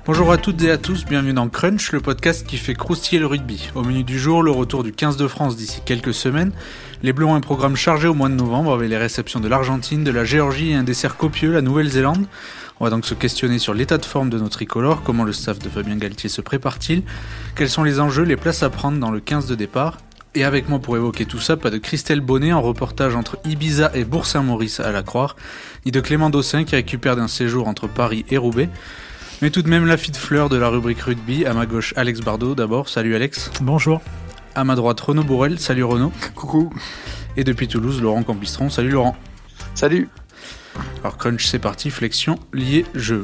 Bonjour à toutes et à tous, bienvenue dans Crunch, le podcast qui fait croustiller le rugby. Au menu du jour, le retour du 15 de France d'ici quelques semaines. Les Bleus ont un programme chargé au mois de novembre avec les réceptions de l'Argentine, de la Géorgie et un dessert copieux, la Nouvelle-Zélande. On va donc se questionner sur l'état de forme de nos tricolores, comment le staff de Fabien Galtier se prépare-t-il, quels sont les enjeux, les places à prendre dans le 15 de départ. Et avec moi pour évoquer tout ça, pas de Christelle Bonnet en reportage entre Ibiza et Bourg-Saint-Maurice à la Croire, ni de Clément Dossin qui récupère d'un séjour entre Paris et Roubaix. Mais tout de même la fille de fleur de la rubrique rugby, à ma gauche Alex Bardot d'abord, salut Alex. Bonjour. À ma droite Renaud Bourrel, salut Renaud. Coucou. Et depuis Toulouse, Laurent Campistron, salut Laurent. Salut. Alors Crunch c'est parti, flexion, lié, jeu.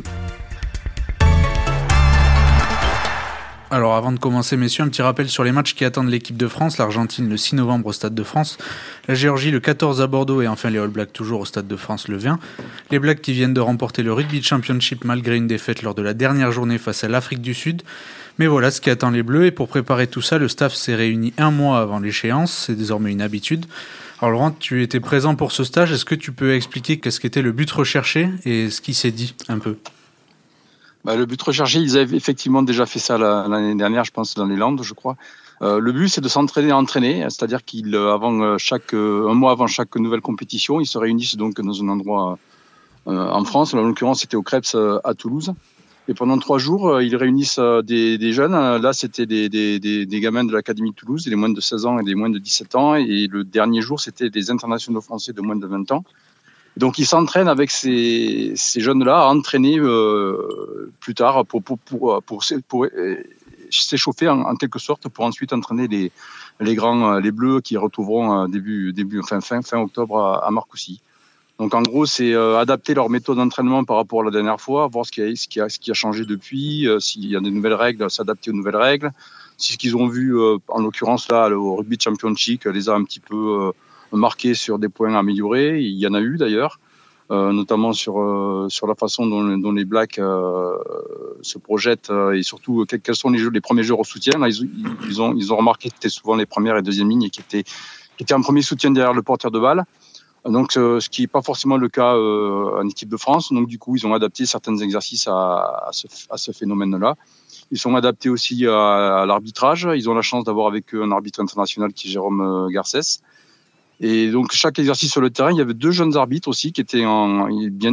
Alors avant de commencer messieurs, un petit rappel sur les matchs qui attendent l'équipe de France, l'Argentine le 6 novembre au Stade de France, la Géorgie le 14 à Bordeaux et enfin les All Blacks toujours au Stade de France le 20. Les Blacks qui viennent de remporter le Rugby Championship malgré une défaite lors de la dernière journée face à l'Afrique du Sud. Mais voilà ce qui attend les Bleus et pour préparer tout ça, le staff s'est réuni un mois avant l'échéance, c'est désormais une habitude. Alors Laurent, tu étais présent pour ce stage, est-ce que tu peux expliquer qu'est-ce qu'était le but recherché et ce qui s'est dit un peu ? Le but recherché, ils avaient effectivement déjà fait ça l'année dernière, je pense, dans les Landes, je crois. Le but, c'est de s'entraîner à entraîner, c'est-à-dire un mois avant chaque nouvelle compétition, ils se réunissent donc dans un endroit en France. En l'occurrence, c'était au Crêpes à Toulouse. Et pendant 3 jours, ils réunissent des jeunes. Là, c'était des gamins de l'Académie de Toulouse, des moins de 16 ans et des moins de 17 ans. Et le dernier jour, c'était des internationaux français de moins de 20 ans. Donc, ils s'entraînent avec ces jeunes-là à entraîner plus tard pour s'échauffer en quelque sorte pour ensuite entraîner les Bleus qui retrouveront fin octobre à Marcoussis. Donc, en gros, c'est adapter leur méthode d'entraînement par rapport à la dernière fois, voir ce qui a changé depuis, s'il y a des nouvelles règles, s'adapter aux nouvelles règles. Si ce qu'ils ont vu, en l'occurrence là, au Rugby Championship, les a un petit peu marqués sur des points améliorés. Il y en a eu d'ailleurs, notamment sur la façon dont les Blacks se projettent et surtout quels sont les premiers joueurs au soutien. Là, ils ont remarqué que c'était souvent les premières et deuxièmes lignes qui étaient en premier soutien derrière le porteur de balle. Donc, ce qui n'est pas forcément le cas en équipe de France. Donc, du coup, ils ont adapté certains exercices à ce phénomène-là. Ils sont adaptés aussi à l'arbitrage. Ils ont la chance d'avoir avec eux un arbitre international qui est Jérôme Garcès. Et donc, chaque exercice sur le terrain, il y avait 2 jeunes arbitres aussi qui étaient on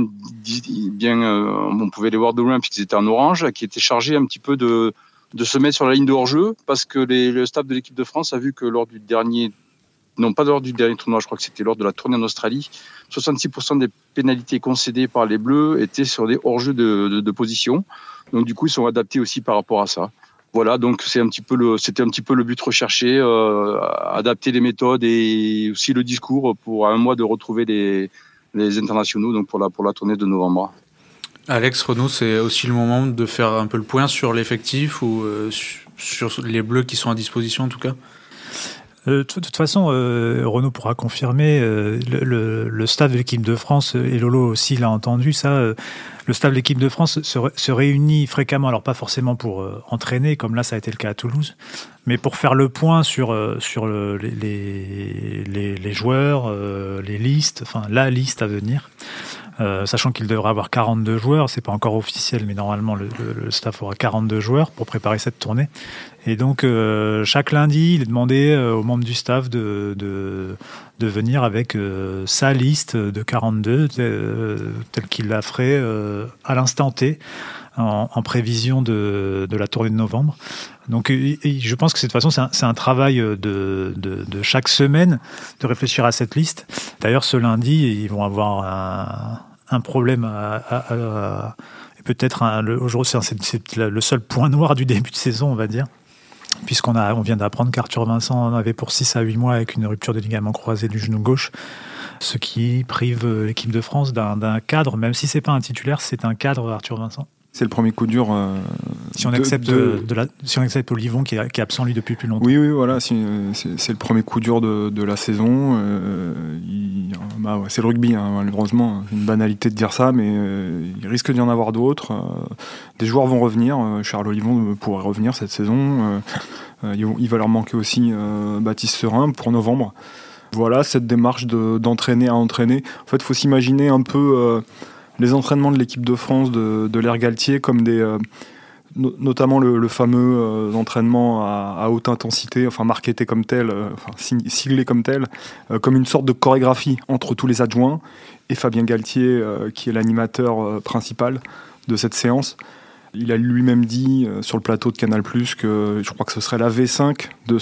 pouvait les voir de loin puisqu'ils étaient en orange, qui étaient chargés un petit peu de se mettre sur la ligne de hors-jeu parce que le staff de l'équipe de France a vu que lors du dernier tournoi, je crois que c'était lors de la tournée en Australie, 66% des pénalités concédées par les Bleus étaient sur des hors-jeux de position. Donc du coup, ils sont adaptés aussi par rapport à ça. Voilà, donc c'était un petit peu le but recherché, adapter les méthodes et aussi le discours pour un mois de retrouver les internationaux, donc pour la tournée de novembre. Alex, Renaud, c'est aussi le moment de faire un peu le point sur l'effectif ou sur les Bleus qui sont à disposition en tout cas. De toute façon, Renaud pourra confirmer, le staff de l'équipe de France, et Lolo aussi l'a entendu, ça, le staff de l'équipe de France se réunit fréquemment, alors pas forcément pour entraîner, comme là ça a été le cas à Toulouse, mais pour faire le point sur les joueurs, les listes, enfin la liste à venir. Sachant qu'il devrait avoir 42 joueurs, c'est pas encore officiel, mais normalement le staff aura 42 joueurs pour préparer cette tournée. Et donc chaque lundi, il est demandé aux membres du staff de venir avec sa liste de 42, telle qu'il la ferait à l'instant T, en prévision de la tournée de novembre. Donc je pense que de toute façon c'est un travail de chaque semaine de réfléchir à cette liste. D'ailleurs ce lundi ils vont avoir un problème et peut-être aujourd'hui c'est le seul point noir du début de saison, on va dire, puisqu'on vient d'apprendre qu'Arthur Vincent en avait pour 6 à 8 mois avec une rupture des ligaments croisés du genou gauche, ce qui prive l'équipe de France d'un cadre, même si c'est pas un titulaire, c'est un cadre, Arthur Vincent. C'est le premier coup dur. Si on accepte Olivon qui est absent lui depuis plus longtemps. Oui, voilà, c'est le premier coup dur de la saison. C'est le rugby, hein, malheureusement, c'est une banalité de dire ça, mais il risque d'y en avoir d'autres. Des joueurs vont revenir. Charles Olivon pourrait revenir cette saison. Il va leur manquer aussi Baptiste Serin pour novembre. Voilà, cette démarche d'entraîner à entraîner. En fait, il faut s'imaginer un peu les entraînements de l'équipe de France de l'ère Galtier comme notamment le fameux entraînement à haute intensité, enfin marketé comme tel, siglé comme tel, comme une sorte de chorégraphie entre tous les adjoints et Fabien Galtier, qui est l'animateur principal de cette séance. Il a lui-même dit sur le plateau de Canal+, que je crois que ce serait la V5 de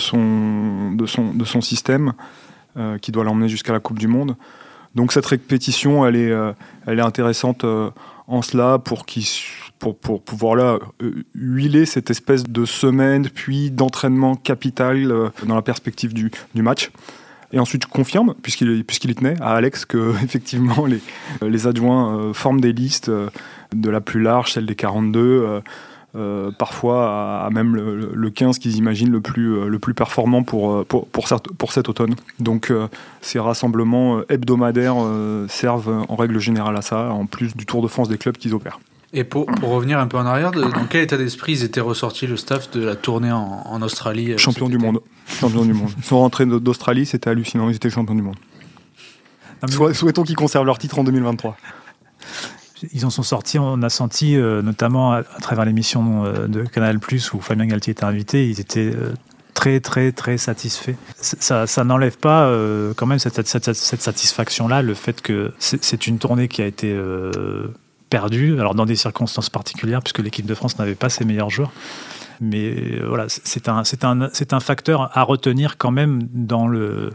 son système qui doit l'emmener jusqu'à la Coupe du Monde. Donc cette répétition, elle est intéressante en cela pour pouvoir là huiler cette espèce de semaine puis d'entraînement capital dans la perspective du match. Et ensuite, je confirme, puisqu'il y tenait, à Alex, que effectivement les adjoints forment des listes de la plus large, celle des 42, parfois à même le 15 qu'ils imaginent le plus performant pour cet automne. Donc ces rassemblements hebdomadaires servent en règle générale à ça, en plus du Tour de France des clubs qu'ils opèrent. Et pour revenir un peu en arrière, dans quel état d'esprit ils étaient ressortis, le staff de la tournée en Australie? Champions du monde. Ils sont rentrés d'Australie, c'était hallucinant, ils étaient champions du monde. Souhaitons qu'ils conservent leur titre en 2023. Ils en sont sortis, on a senti, notamment à travers l'émission de Canal+, où Fabien Galtier était invité, ils étaient très, très, très satisfaits. Ça n'enlève pas quand même cette satisfaction-là, le fait que c'est une tournée qui a été perdue, alors dans des circonstances particulières, puisque l'équipe de France n'avait pas ses meilleurs joueurs. Mais voilà, c'est un facteur à retenir quand même dans le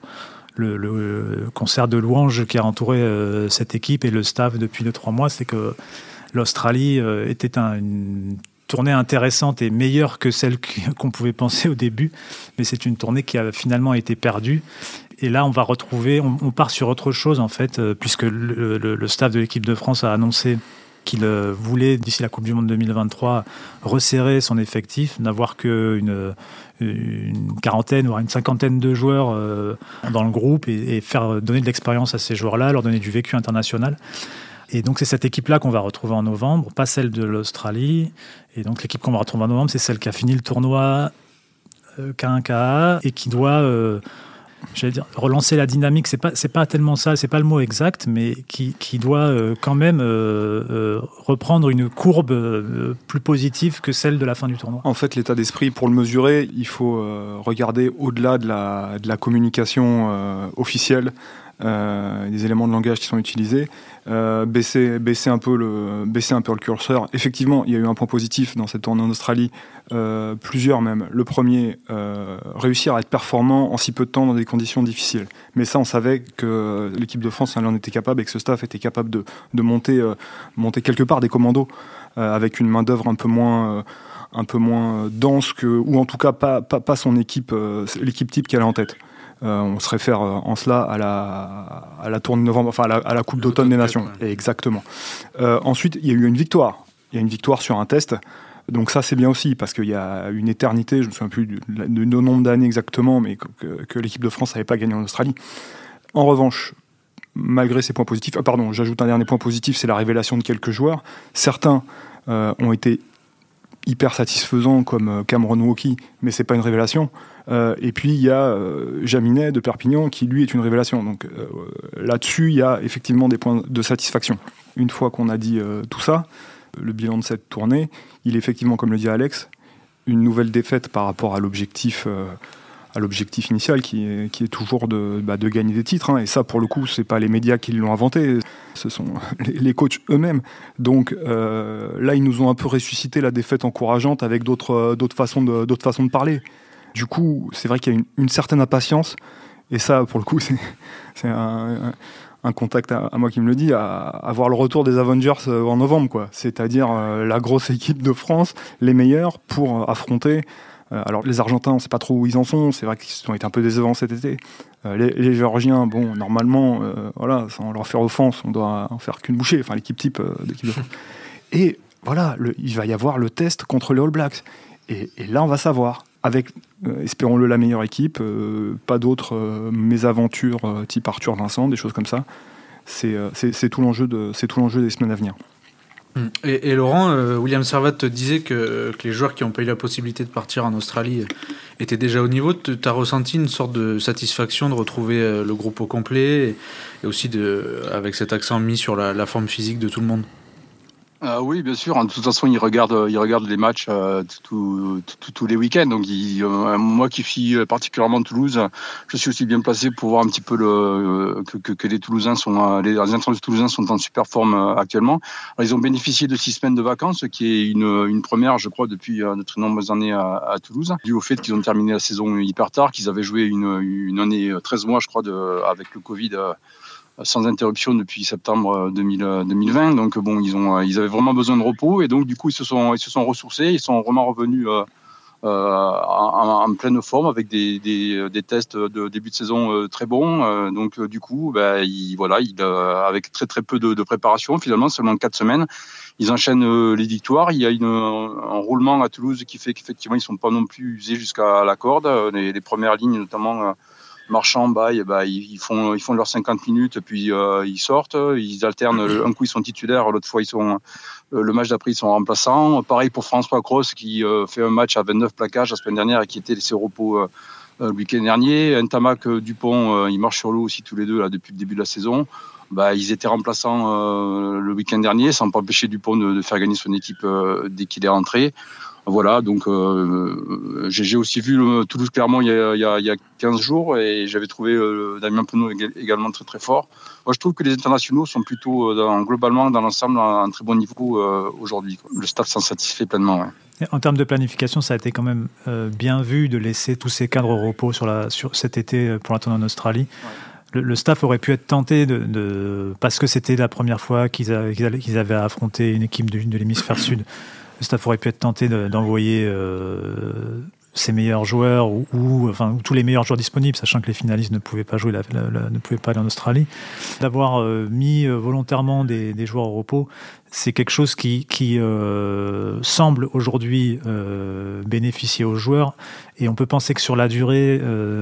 concert de louanges qui a entouré cette équipe et le staff depuis 2-3 mois, c'est que l'Australie était une tournée intéressante et meilleure que celle qu'on pouvait penser au début, mais c'est une tournée qui a finalement été perdue. Et là, on va retrouver, on part sur autre chose en fait, puisque le staff de l'équipe de France a annoncé qu'il voulait, d'ici la Coupe du Monde 2023, resserrer son effectif, n'avoir qu'une quarantaine, voire une cinquantaine de joueurs dans le groupe et faire donner de l'expérience à ces joueurs-là, leur donner du vécu international. Et donc, c'est cette équipe-là qu'on va retrouver en novembre, pas celle de l'Australie. Et donc, l'équipe qu'on va retrouver en novembre, c'est celle qui a fini le tournoi K1-KA et qui doit... j'allais dire, relancer la dynamique, c'est pas tellement ça, c'est pas le mot exact, mais qui doit quand même reprendre une courbe plus positive que celle de la fin du tournoi. En fait, l'état d'esprit, pour le mesurer, il faut regarder au-delà de la communication officielle, des éléments de langage qui sont utilisés, baisser un peu le curseur. Effectivement, il y a eu un point positif dans cette tournée en Australie, plusieurs même. Le premier, réussir à être performant en si peu de temps dans des conditions difficiles. Mais ça, on savait que l'équipe de France en était capable et que ce staff était capable de monter quelque part des commandos avec une main-d'œuvre un peu moins dense ou en tout cas pas son équipe, l'équipe type qu'elle a en tête. On se réfère en cela à la tournée de novembre, enfin à la Coupe d'automne des Nations. Ouais. Exactement. Ensuite, il y a eu une victoire. Il y a une victoire sur un test. Donc ça, c'est bien aussi, parce qu'il y a une éternité, je ne me souviens plus du nombre d'années exactement, mais que l'équipe de France n'avait pas gagné en Australie. En revanche, malgré ces points positifs, j'ajoute un dernier point positif, c'est la révélation de quelques joueurs. Certains ont été hyper satisfaisants, comme Cameron Wauquiez, mais c'est pas une révélation. Et puis il y a Jaminet de Perpignan qui lui est une révélation. Donc là-dessus, il y a effectivement des points de satisfaction. Une fois qu'on a dit tout ça, le bilan de cette tournée, il est effectivement, comme le dit Alex, une nouvelle défaite par rapport à l'objectif initial qui est toujours de gagner des titres. Hein. Et ça, pour le coup, c'est pas les médias qui l'ont inventé, ce sont les coachs eux-mêmes. Donc là, ils nous ont un peu ressuscité la défaite encourageante avec d'autres façons de parler. Du coup, c'est vrai qu'il y a une certaine impatience, et ça, pour le coup, c'est un contact à moi qui me le dit, à voir le retour des Avengers en novembre, quoi. C'est-à-dire la grosse équipe de France, les meilleurs, pour affronter... alors les Argentins, on ne sait pas trop où ils en sont, c'est vrai qu'ils ont été un peu décevants cet été. Les Géorgiens, bon, normalement, voilà, sans leur faire offense, on doit en faire qu'une bouchée, enfin l'équipe type d'équipe de France. Et voilà, il va y avoir le test contre les All Blacks. Et là, on va savoir, avec, espérons-le, la meilleure équipe, pas d'autres mésaventures type Arthur Vincent, des choses comme ça. C'est tout l'enjeu des semaines à venir. Et Laurent, William Servat te disait que les joueurs qui n'ont pas eu la possibilité de partir en Australie étaient déjà au niveau. Tu as ressenti une sorte de satisfaction de retrouver le groupe au complet et aussi avec cet accent mis sur la forme physique de tout le monde? Oui, bien sûr. De toute façon, il regarde les matchs tous les week-ends. Donc, moi qui suis particulièrement Toulouse, je suis aussi bien placé pour voir un petit peu que les Toulousains les internationaux toulousains sont en super forme actuellement. Alors, ils ont bénéficié de 6 semaines de vacances, qui est une première, je crois, depuis de très nombreuses années à Toulouse, dû au fait qu'ils ont terminé la saison hyper tard, qu'ils avaient joué une année 13 mois, je crois, avec le Covid. Sans interruption depuis septembre 2020. Donc bon, ils avaient vraiment besoin de repos et donc du coup ils se sont ressourcés, ils sont vraiment revenus en pleine forme avec des tests de début de saison très bons. Donc du coup, avec très très peu de préparation, finalement seulement 4 semaines, ils enchaînent les victoires. Il y a un roulement à Toulouse qui fait qu'effectivement ils sont pas non plus usés jusqu'à la corde. Les premières lignes notamment. Marchand, ils font leurs 50 minutes, puis ils sortent, ils alternent. Un coup ils sont titulaires, l'autre fois le match d'après ils sont remplaçants. Pareil pour François Cros qui fait un match à 29 plaquages la semaine dernière et qui était laissé au repos le week-end dernier. Ntamak, Dupont, ils marchent sur l'eau aussi tous les deux là depuis le début de la saison. Ils étaient remplaçants le week-end dernier, sans pas empêcher Dupont de faire gagner son équipe dès qu'il est rentré. Voilà, donc j'ai aussi vu Toulouse-Clermont il y a 15 jours et j'avais trouvé Damien Penaud également très très fort. Moi, je trouve que les internationaux sont plutôt globalement dans l'ensemble à un très bon niveau aujourd'hui. Le staff s'en satisfait pleinement. Ouais. En termes de planification, ça a été quand même bien vu de laisser tous ces cadres au repos sur cet été pour la tournée en Australie. Ouais. Le staff aurait pu être tenté parce que c'était la première fois qu'ils avaient affronté une équipe de l'hémisphère sud. Le staff aurait pu être tenté d'envoyer ses meilleurs joueurs ou tous les meilleurs joueurs disponibles, sachant que les finalistes ne pouvaient pas jouer, ne pouvaient pas aller en Australie. D'avoir mis volontairement des joueurs au repos, c'est quelque chose qui semble aujourd'hui bénéficier aux joueurs. Et on peut penser que sur la durée,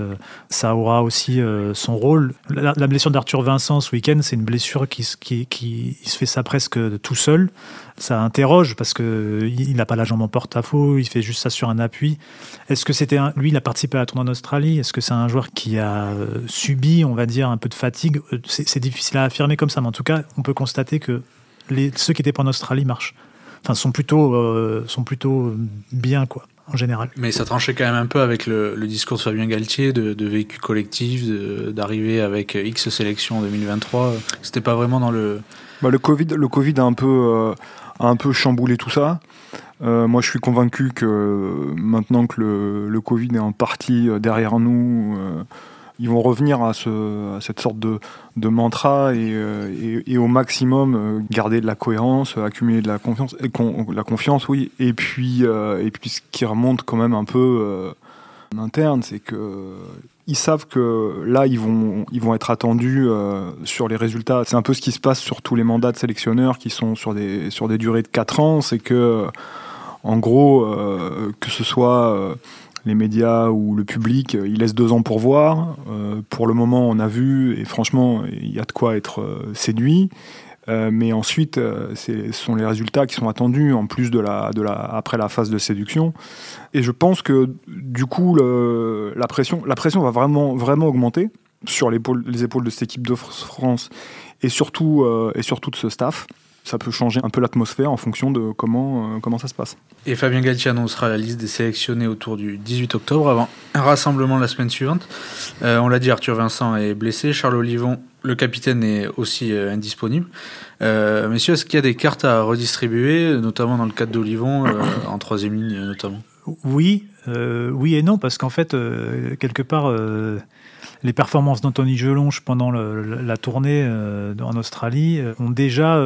ça aura aussi son rôle. La blessure d'Arthur Vincent ce week-end, c'est une blessure qui se fait ça presque tout seul. Ça interroge parce qu'il n'a pas la jambe en porte-à-faux, il fait juste ça sur un appui. Est-ce que lui, il a participé à la tournée en Australie? Est-ce que c'est un joueur qui a subi, on va dire, un peu de fatigue? C'est difficile à affirmer comme ça, mais en tout cas, on peut constater que ceux qui n'étaient pas en Australie marchent. Enfin, sont plutôt bien, quoi, en général. Mais ça tranchait quand même un peu avec le discours de Fabien Galtier de vécu collectif, d'arriver avec X sélections en 2023. C'était pas vraiment dans le... Le Covid a un peu chamboulé tout ça. Moi, je suis convaincu que maintenant que le Covid est en partie derrière nous, ils vont revenir à cette sorte de mantra et au maximum garder de la cohérence, accumuler de la confiance, oui. Et puis ce qui remonte quand même un peu en interne, c'est que ils savent que là, ils vont être attendus sur les résultats. C'est un peu ce qui se passe sur tous les mandats de sélectionneurs qui sont sur des durées de 4 ans. C'est que, en gros, que ce soit les médias ou le public, ils laissent 2 ans pour voir. Pour le moment, on a vu, et franchement, il y a de quoi être séduit. Mais ensuite, ce sont les résultats qui sont attendus en plus après la phase de séduction. Et je pense que du coup, la pression va vraiment, vraiment augmenter sur les épaules de cette équipe de France et surtout de ce staff. Ça peut changer un peu l'atmosphère en fonction de comment ça se passe. Et Fabien Galtier annoncera la liste des sélectionnés autour du 18 octobre, avant un rassemblement la semaine suivante. On l'a dit, Arthur Vincent est blessé, Charles Olivon, le capitaine, est aussi indisponible. Messieurs, est-ce qu'il y a des cartes à redistribuer, notamment dans le cadre d'Olivon, en 3e ligne notamment ? Oui et non, parce qu'en fait, quelque part... les performances d'Anthony Gelonche pendant la tournée en Australie ont déjà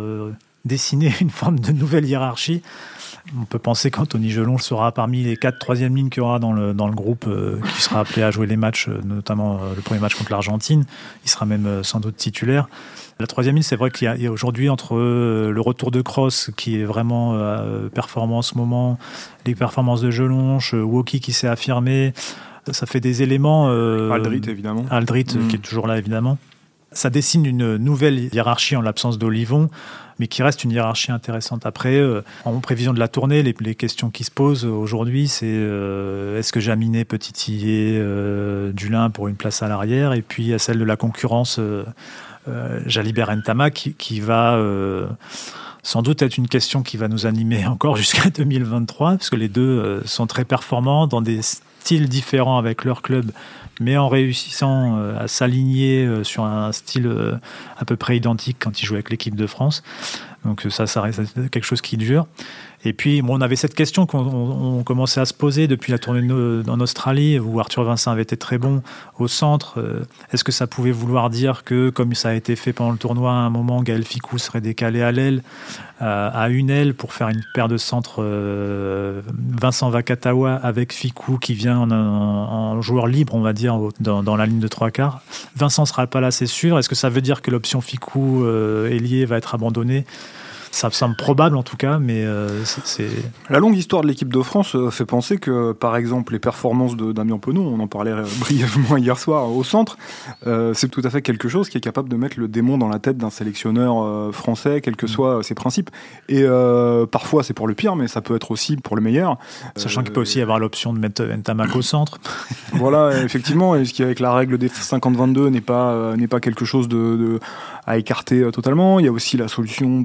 dessiné une forme de nouvelle hiérarchie. On peut penser qu'Anthony Gelonche sera parmi les 4 troisième lignes qu'il y aura dans le groupe qui sera appelé à jouer les matchs, notamment le premier match contre l'Argentine. Il sera même sans doute titulaire. La 3e ligne, c'est vrai qu'il y a aujourd'hui entre le retour de Cross qui est vraiment performant en ce moment, les performances de Gelonche, Woki qui s'est affirmé. Ça fait des éléments... Aldrit, évidemment. Aldrit, qui est toujours là, évidemment. Ça dessine une nouvelle hiérarchie en l'absence d'Olivon, mais qui reste une hiérarchie intéressante. Après, en prévision de la tournée, les questions qui se posent aujourd'hui, c'est est-ce que Jaminet peut titiller Dulin pour une place à l'arrière? Et puis, il y a celle de la concurrence Jalibert Ntamak qui va... sans doute être une question qui va nous animer encore jusqu'à 2023, parce que les deux sont très performants dans des styles différents avec leur club, mais en réussissant à s'aligner sur un style à peu près identique quand ils jouent avec l'équipe de France. Donc ça reste quelque chose qui dure. Et puis, on avait cette question qu'on commençait à se poser depuis la tournée en Australie, où Arthur Vincent avait été très bon au centre. Est-ce que ça pouvait vouloir dire que, comme ça a été fait pendant le tournoi, à un moment, Gaël Fickou serait décalé à l'aile, à une aile, pour faire une paire de centres Vincent Vakatawa avec Fickou qui vient en joueur libre, on va dire, dans la ligne de 3/4. Vincent ne sera pas là, c'est sûr. Est-ce que ça veut dire que l'option Fickou ailier va être abandonnée ? Ça me semble probable en tout cas, mais c'est... La longue histoire de l'équipe de France fait penser que, par exemple, les performances de Damien Penaud, on en parlait brièvement hier soir au centre, c'est tout à fait quelque chose qui est capable de mettre le démon dans la tête d'un sélectionneur français, quels que soient ses principes. Et parfois c'est pour le pire, mais ça peut être aussi pour le meilleur. Sachant qu'il peut aussi y avoir l'option de mettre Ntamak au centre. Voilà, effectivement, et ce qui avec la règle des 50-22 n'est pas quelque chose à écarter totalement. Il y a aussi la solution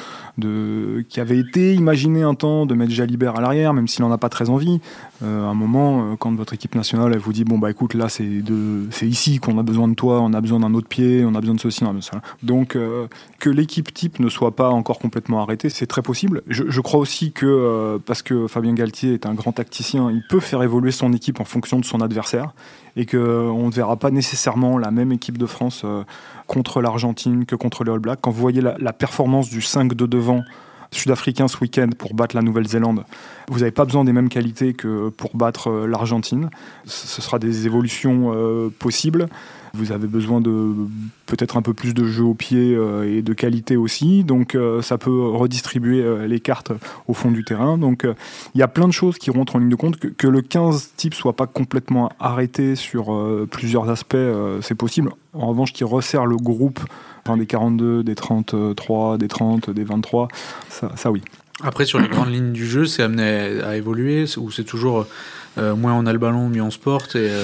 qui avait été imaginée un temps de mettre Jalibert à l'arrière, même s'il n'en a pas très envie. À un moment, quand votre équipe nationale elle vous dit bon bah écoute, là c'est ici qu'on a besoin de toi, on a besoin d'un autre pied, on a besoin de ceci, on a besoin de ça. Donc que l'équipe type ne soit pas encore complètement arrêtée, c'est très possible. Je crois aussi que parce que Fabien Galtier est un grand tacticien, il peut faire évoluer son équipe en fonction de son adversaire, et qu'on ne verra pas nécessairement la même équipe de France contre l'Argentine que contre les All Blacks. Quand vous voyez la performance du 5 de devant sud-africain ce week-end pour battre la Nouvelle-Zélande, vous n'avez pas besoin des mêmes qualités que pour battre l'Argentine. Ce sera des évolutions possibles. Vous avez besoin de peut-être un peu plus de jeu au pied et de qualité aussi. Donc ça peut redistribuer les cartes au fond du terrain. Donc il y a plein de choses qui rentrent en ligne de compte. Que le 15 type soit pas complètement arrêté sur plusieurs aspects, c'est possible. En revanche, qu'il resserre le groupe des 42, des 33, des 30, des 23, ça oui. Après, sur les grandes lignes du jeu, c'est amené à évoluer, ou c'est toujours moins on a le ballon, mieux on se porte et...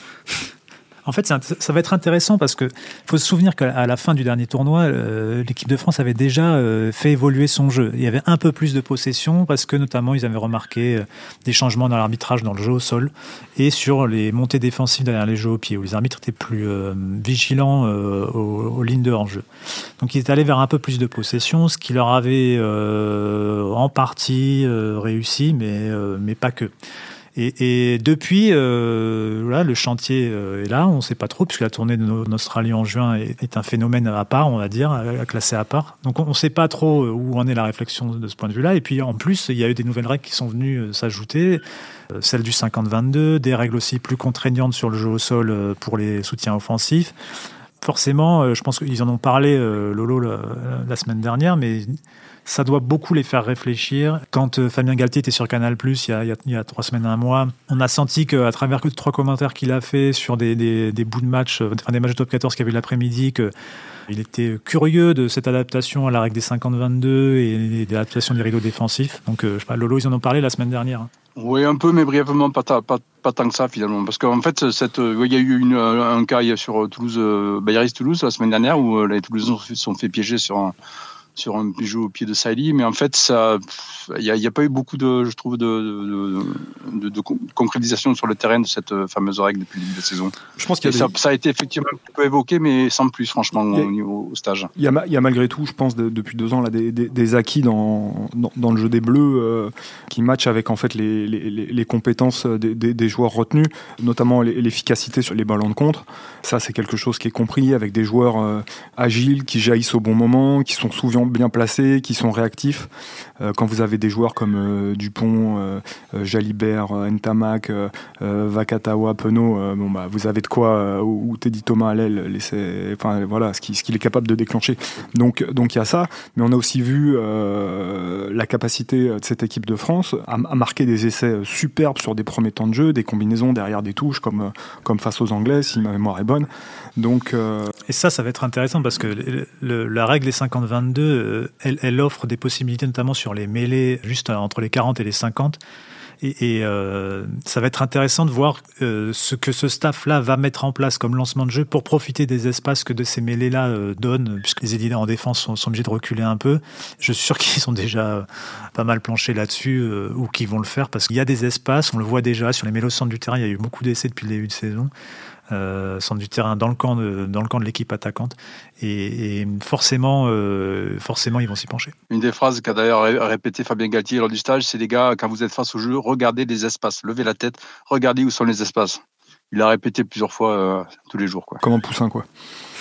En fait, ça va être intéressant parce qu'il faut se souvenir qu'à la fin du dernier tournoi, l'équipe de France avait déjà fait évoluer son jeu. Il y avait un peu plus de possession parce que notamment ils avaient remarqué des changements dans l'arbitrage, dans le jeu au sol et sur les montées défensives derrière les jeux au pied, où les arbitres étaient plus vigilants aux lignes de hors-jeu. Donc ils étaient allés vers un peu plus de possession, ce qui leur avait en partie réussi, mais pas que. Et depuis, là, le chantier est là, on ne sait pas trop, puisque la tournée en Australie en juin est un phénomène à part, on va dire, classé à part. Donc on ne sait pas trop où en est la réflexion de ce point de vue-là. Et puis en plus, il y a eu des nouvelles règles qui sont venues s'ajouter, celle du 50-22, des règles aussi plus contraignantes sur le jeu au sol pour les soutiens offensifs. Forcément, je pense qu'ils en ont parlé, Lolo, la semaine dernière, mais... ça doit beaucoup les faire réfléchir. Quand Fabien Galtier était sur Canal+, il y a 3 semaines, 1 mois, on a senti qu'à travers 3 commentaires qu'il a fait sur des bouts de match, des matchs de top 14 qu'il y avait l'après-midi, qu'il était curieux de cette adaptation à la règle des 50-22 et de l'adaptation des rideaux défensifs. Donc, je sais pas, Lolo, ils en ont parlé la semaine dernière. Oui, un peu, mais brièvement, pas tant que ça finalement. Parce qu'en fait, il y a eu un cas sur Toulouse, Bayeris-Toulouse la semaine dernière, où les Toulousains se sont fait piéger sur un jeu au pied de Saïli, mais en fait, il n'y a pas eu beaucoup je trouve, de concrétisation sur le terrain de cette fameuse règle depuis le début de la saison. Je pense que ça a été effectivement un peu évoqué, mais sans plus, franchement, au stage. Il y a malgré tout, je pense, depuis 2 ans, là, des acquis dans le jeu des Bleus qui matchent avec en fait les compétences des joueurs retenus, notamment l'efficacité sur les ballons de contre. Ça, c'est quelque chose qui est compris avec des joueurs agiles, qui jaillissent au bon moment, qui sont souvent bien placés, qui sont réactifs. Quand vous avez des joueurs comme Dupont, Jalibert, Ntamak, Vakatawa, Penaud, vous avez de quoi, ou Teddy Thomas à l'aile, voilà, ce qu'il est capable de déclencher. Donc il y a ça, mais on a aussi vu la capacité de cette équipe de France à marquer des essais superbes sur des premiers temps de jeu, des combinaisons derrière des touches, comme face aux Anglais, si ma mémoire est bonne. Donc, et ça va être intéressant parce que la règle des 50-22, elle offre des possibilités notamment sur les mêlées juste entre les 40 et les 50. Et ça va être intéressant de voir ce que ce staff-là va mettre en place comme lancement de jeu pour profiter des espaces que de ces mêlées-là donnent, puisque les éditeurs en défense sont obligés de reculer un peu. Je suis sûr qu'ils sont déjà pas mal planchés là-dessus ou qu'ils vont le faire parce qu'il y a des espaces, on le voit déjà sur les mêlées au centre du terrain, il y a eu beaucoup d'essais depuis le début de saison. Centre du terrain dans le camp de l'équipe attaquante et forcément ils vont s'y pencher. Une des phrases qu'a d'ailleurs répété Fabien Galtier lors du stage, c'est les gars, quand vous êtes face au jeu, regardez les espaces, levez la tête, regardez où sont les espaces. Il l'a répété plusieurs fois tous les jours, quoi. Comme un poussin, quoi.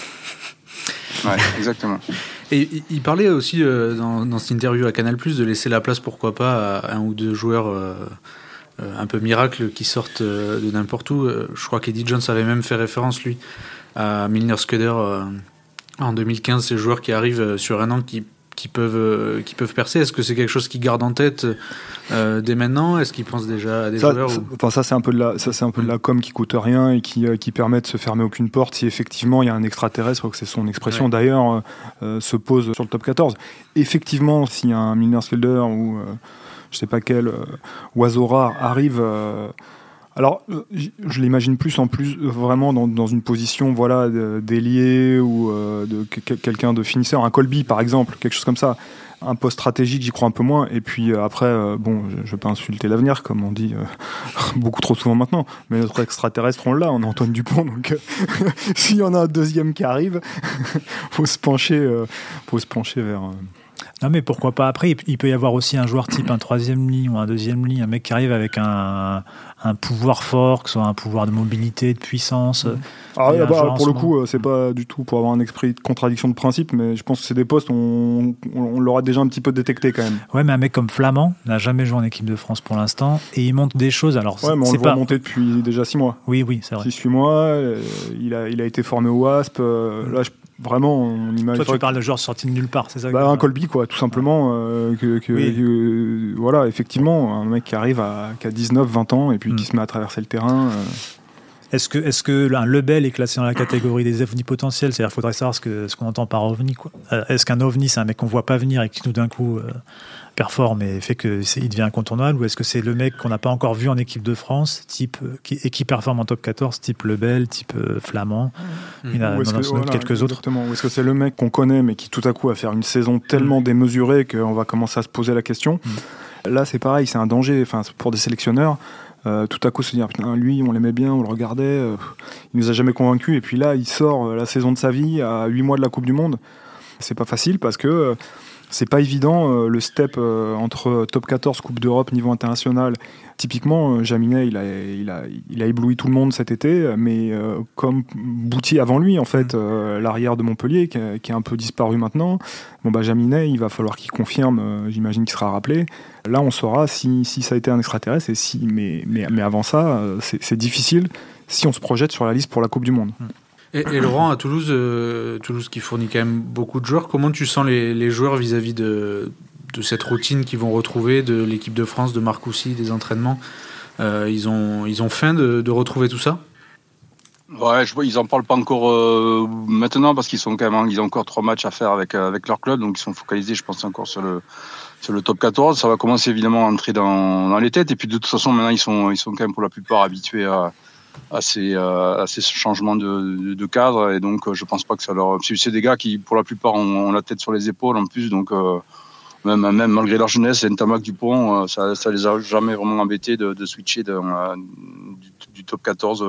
Ouais, exactement. Et il parlait aussi dans cette interview à Canal+, de laisser la place pourquoi pas à un ou deux joueurs un peu miracles qui sortent de n'importe où. Je crois qu'Eddie Jones avait même fait référence, lui, à Milner Skudder en 2015, ces joueurs qui arrivent sur un an qui peuvent percer. Est-ce que c'est quelque chose qu'ils gardent en tête dès maintenant? Est-ce qu'ils pensent déjà à des joueurs ça c'est un peu de la com qui coûte rien et qui permet de se fermer aucune porte si effectivement il y a un extraterrestre, je crois que c'est son expression d'ailleurs, se pose sur le top 14. Effectivement, s'il y a un Milner Skudder ou je sais pas quel oiseau rare arrive. Alors, je l'imagine plus vraiment dans une position d'ailier ou de quelqu'un de finisseur, un Colby par exemple, quelque chose comme ça. Un poste stratégique, j'y crois un peu moins. Et puis après, je vais pas insulter l'avenir, comme on dit beaucoup trop souvent maintenant. Mais notre extraterrestre, on l'a, on a Antoine Dupont. Donc, s'il y en a un deuxième qui arrive, faut se pencher vers. Non mais pourquoi pas. Après, il peut y avoir aussi un joueur type un troisième ligne ou un deuxième ligne, un mec qui arrive avec un pouvoir fort, que ce soit un pouvoir de mobilité, de puissance. Alors, pour le coup, c'est pas du tout pour avoir un esprit de contradiction de principe, mais je pense que c'est des postes on l'aura déjà un petit peu détecté quand même. Ouais, mais un mec comme Flamand n'a jamais joué en équipe de France pour l'instant et il monte des choses. Alors, ouais, mais on le voit monter depuis déjà 6 mois. Oui, c'est vrai. 6-8 mois, il a été formé au WASP. Là, vraiment, on imagine. Toi, tu parles de joueurs sortis de nulle part, c'est ça? Un Colby, quoi, tout simplement. Voilà, effectivement, un mec qui arrive qui a 19-20 ans et puis qui se met à traverser le terrain. Est-ce que un Lebel est classé dans la catégorie des ovnis potentiels? C'est-à-dire qu'il faudrait savoir ce qu'on entend par ovni, quoi. Est-ce qu'un ovni, c'est un mec qu'on voit pas venir et qui tout d'un coup performe et fait qu'il devient incontournable, ou est-ce que c'est le mec qu'on n'a pas encore vu en équipe de France, qui performe en top 14, type Lebel, type Flamand, il y en a quelques autres. Ou est-ce que c'est le mec qu'on connaît mais qui tout à coup va faire une saison tellement démesurée qu'on va commencer à se poser la question. Là c'est pareil, c'est un danger pour des sélectionneurs. Tout à coup se dire putain, lui on l'aimait bien, on le regardait, il nous a jamais convaincus, et puis là il sort la saison de sa vie à 8 mois de la Coupe du Monde. C'est pas facile parce que c'est pas évident le step entre top 14, Coupe d'Europe, niveau international. Typiquement, Jaminet, il a ébloui tout le monde cet été, mais comme Boutier avant lui, en fait, l'arrière de Montpellier, qui est un peu disparu maintenant. Jaminet, il va falloir qu'il confirme, j'imagine qu'il sera rappelé. Là, on saura si ça a été un extraterrestre, mais avant ça, c'est difficile si on se projette sur la liste pour la Coupe du Monde. Et Laurent, à Toulouse qui fournit quand même beaucoup de joueurs, comment tu sens les joueurs vis-à-vis de cette routine qu'ils vont retrouver, de l'équipe de France, de Marcoussis, des entraînements? Ils ont faim de retrouver tout ça? Ouais, ils n'en parlent pas encore maintenant parce qu'ils ont encore 3 matchs à faire avec leur club, donc ils sont focalisés, je pense, encore sur le top 14. Ça va commencer évidemment à entrer dans les têtes, et puis de toute façon maintenant ils sont quand même pour la plupart habitués à ces changements de cadre, et donc je pense pas que ça leur... C'est des gars qui pour la plupart ont la tête sur les épaules en plus, donc même malgré leur jeunesse, Ntamak, Dupont, ça les a jamais vraiment embêtés de switcher du top 14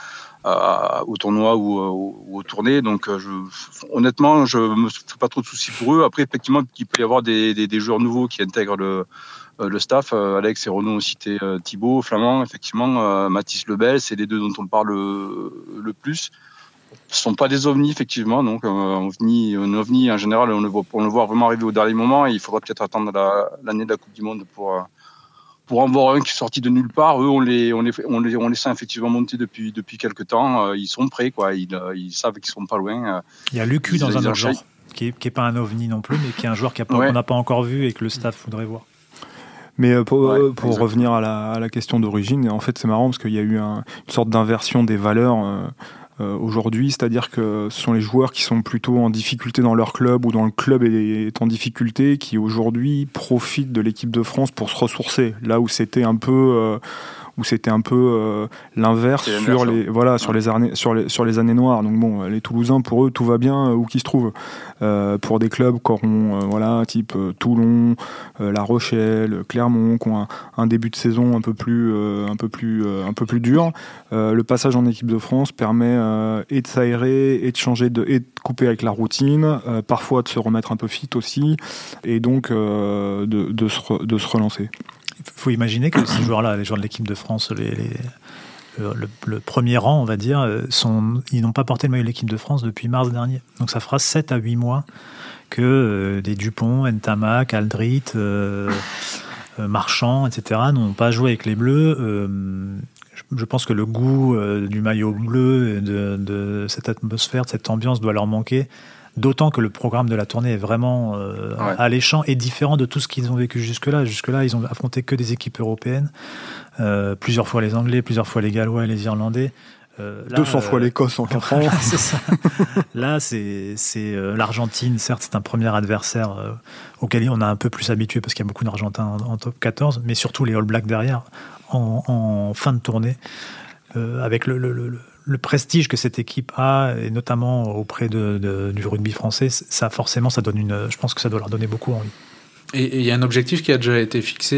au tournoi ou aux tournées. Donc honnêtement, je me fais pas trop de soucis pour eux. Après, effectivement, il peut y avoir des joueurs nouveaux qui intègrent le staff. Alex et Renaud ont cité Thibaut, Flamand, effectivement, Mathis Lebel, c'est les deux dont on parle le plus. Ce sont pas des ovnis, effectivement. Donc un ovni en général, on le voit vraiment arriver au dernier moment, et il faudra peut-être attendre l'année de la Coupe du Monde pour en voir un qui est sorti de nulle part. Eux, on les sent effectivement monter depuis quelques temps. Ils sont prêts, quoi. Ils savent qu'ils sont pas loin. Il y a Lucu dans un autre genre, qui est pas un ovni non plus, mais qui est un joueur qu'on n'a pas encore vu et que le staff voudrait voir. Mais pour revenir à la question d'origine, en fait c'est marrant parce qu'il y a eu une sorte d'inversion des valeurs aujourd'hui, c'est-à-dire que ce sont les joueurs qui sont plutôt en difficulté dans leur club ou dans le club est en difficulté qui aujourd'hui profitent de l'équipe de France pour se ressourcer, là où c'était un peu l'inverse sur les années noires. Donc bon, les Toulousains, pour eux, tout va bien où qu'ils se trouvent. Pour des clubs type Toulon, La Rochelle, Clermont, qui ont un début de saison un peu plus dur, le passage en équipe de France permet et de s'aérer et de changer et de couper avec la routine, parfois de se remettre un peu fit aussi, et donc de se relancer. Il faut imaginer que ces joueurs-là, les joueurs de l'équipe de France, le premier rang, on va dire, ils n'ont pas porté le maillot de l'équipe de France depuis mars dernier. Donc ça fera 7 à 8 mois que des Dupont, Ntamak, Aldrit, Marchand, etc. n'ont pas joué avec les Bleus. Je pense que le goût du maillot bleu, de cette atmosphère, de cette ambiance doit leur manquer. D'autant que le programme de la tournée est vraiment alléchant et différent de tout ce qu'ils ont vécu jusque-là. Jusque-là, ils ont affronté que des équipes européennes, plusieurs fois les Anglais, plusieurs fois les Gallois et les Irlandais. 200 fois l'Écosse en 4 ans. C'est ça. Là, c'est l'Argentine. Certes, c'est un premier adversaire auquel on a un peu plus habitué parce qu'il y a beaucoup d'Argentins en top 14, mais surtout les All Blacks derrière en fin de tournée, avec le prestige que cette équipe a, et notamment auprès du rugby français, ça donne je pense que ça doit leur donner beaucoup envie. Et il y a un objectif qui a déjà été fixé.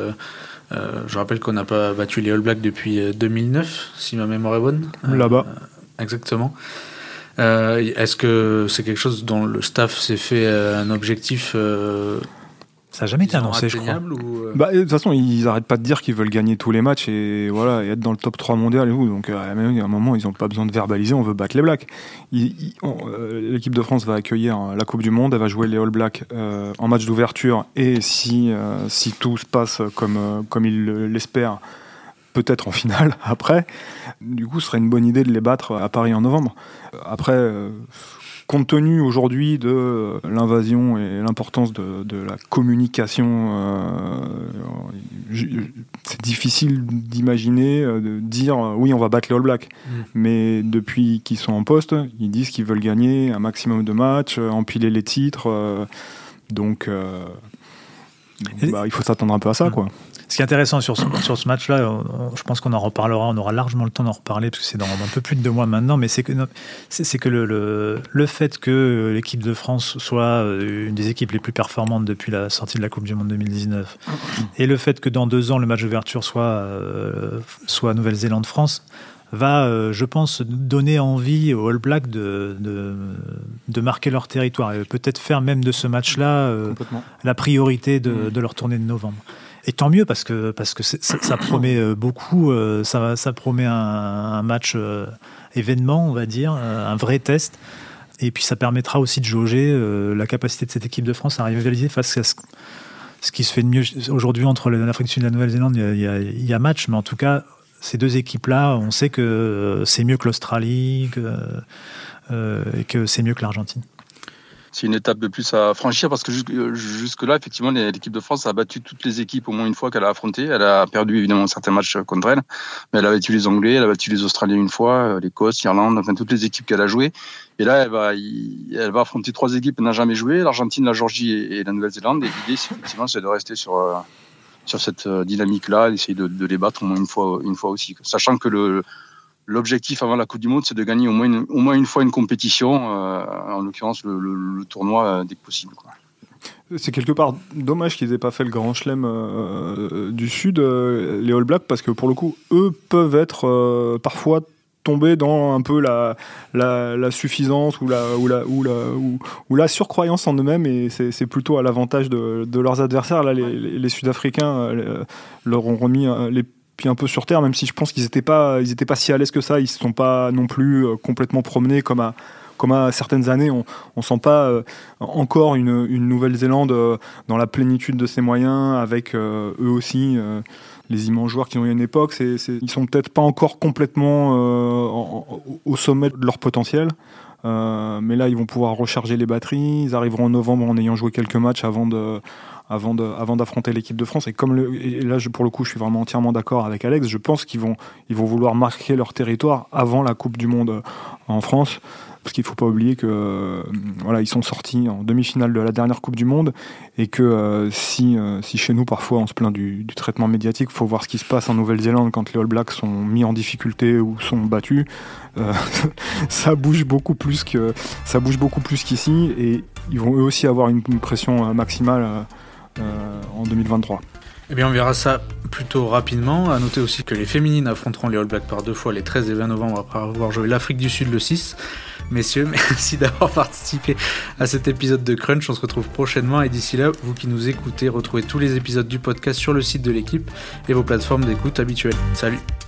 Je rappelle qu'on n'a pas battu les All Blacks depuis 2009, si ma mémoire est bonne. Là-bas. Exactement. Est-ce que c'est quelque chose dont le staff s'est fait un objectif ça n'a jamais été annoncé, je crois. De toute façon, ils n'arrêtent pas de dire qu'ils veulent gagner tous les matchs et être dans le top 3 mondial. Donc, à un moment, ils n'ont pas besoin de verbaliser, on veut battre les Blacks. L'équipe de France va accueillir la Coupe du Monde, elle va jouer les All Blacks en match d'ouverture. Et si tout se passe comme ils l'espèrent, peut-être en finale après. Du coup, ce serait une bonne idée de les battre à Paris en novembre. Après... compte tenu aujourd'hui de l'invasion et l'importance de la communication, c'est difficile d'imaginer, de dire oui, on va battre les All Blacks. Mais depuis qu'ils sont en poste, ils disent qu'ils veulent gagner un maximum de matchs, empiler les titres. Donc, il faut s'attendre un peu à ça, quoi. Ce qui est intéressant sur ce match-là, je pense qu'on en reparlera, on aura largement le temps d'en reparler, parce que c'est dans un peu plus de 2 mois maintenant, mais c'est que le fait que l'équipe de France soit une des équipes les plus performantes depuis la sortie de la Coupe du Monde 2019, et le fait que dans 2 ans, le match d'ouverture soit Nouvelle-Zélande-France, va, je pense, donner envie aux All Blacks de marquer leur territoire, et peut-être faire même de ce match-là la priorité de leur tournée de novembre. Et tant mieux, parce que ça promet beaucoup, ça promet un match événement, on va dire, un vrai test. Et puis ça permettra aussi de jauger la capacité de cette équipe de France à rivaliser face à ce qui se fait de mieux aujourd'hui entre l'Afrique du Sud et la Nouvelle-Zélande. Il y a match, mais en tout cas, ces 2 équipes-là, on sait que c'est mieux que l'Australie, et que c'est mieux que l'Argentine. C'est une étape de plus à franchir parce que jusque-là, effectivement, l'équipe de France a battu toutes les équipes au moins une fois qu'elle a affrontées. Elle a perdu évidemment certains matchs contre elle, mais elle a battu les Anglais, elle a battu les Australiens une fois, l'Écosse, l'Irlande, enfin toutes les équipes qu'elle a jouées. Et là, elle va affronter 3 équipes qu'elle n'a jamais jouées, l'Argentine, la Géorgie et la Nouvelle-Zélande. Et l'idée, c'est de rester sur cette dynamique-là, d'essayer de les battre au moins une fois aussi. Sachant que l'objectif avant la Coupe du Monde, c'est de gagner au moins une fois une compétition, en l'occurrence le tournoi, dès que possible, quoi. C'est quelque part dommage qu'ils n'aient pas fait le Grand Chelem du Sud, les All Blacks, parce que pour le coup, eux peuvent être parfois tomber dans un peu la suffisance ou la surcroyance en eux-mêmes, et c'est plutôt à l'avantage de leurs adversaires. Là, les Sud-Africains leur ont remis les pieds un peu sur terre, même si je pense qu'ils n'étaient pas si à l'aise que ça. Ils ne se sont pas non plus complètement promenés comme à certaines années. On sent pas encore une Nouvelle-Zélande dans la plénitude de ses moyens, avec eux aussi les immenses joueurs qui ont eu une époque. Ils sont peut-être pas encore complètement au sommet de leur potentiel. Mais là, ils vont pouvoir recharger les batteries. Ils arriveront en novembre en ayant joué quelques matchs avant avant d'affronter l'équipe de France. Et là, pour le coup, je suis vraiment entièrement d'accord avec Alex. Je pense qu'ils vont vouloir marquer leur territoire avant la Coupe du Monde en France. Parce qu'il ne faut pas oublier que ils sont sortis en demi-finale de la dernière Coupe du Monde et que si chez nous parfois on se plaint du traitement médiatique, il faut voir ce qui se passe en Nouvelle-Zélande quand les All Blacks sont mis en difficulté ou sont battus. Ça bouge beaucoup plus qu'ici et ils vont eux aussi avoir une pression maximale en 2023. Eh bien, on verra ça plutôt rapidement. À noter aussi que les féminines affronteront les All Blacks par 2 fois les 13 et 20 novembre après avoir joué l'Afrique du Sud le 6. Messieurs, merci d'avoir participé à cet épisode de Crunch. On se retrouve prochainement et d'ici là, vous qui nous écoutez, retrouvez tous les épisodes du podcast sur le site de l'équipe et vos plateformes d'écoute habituelles. Salut!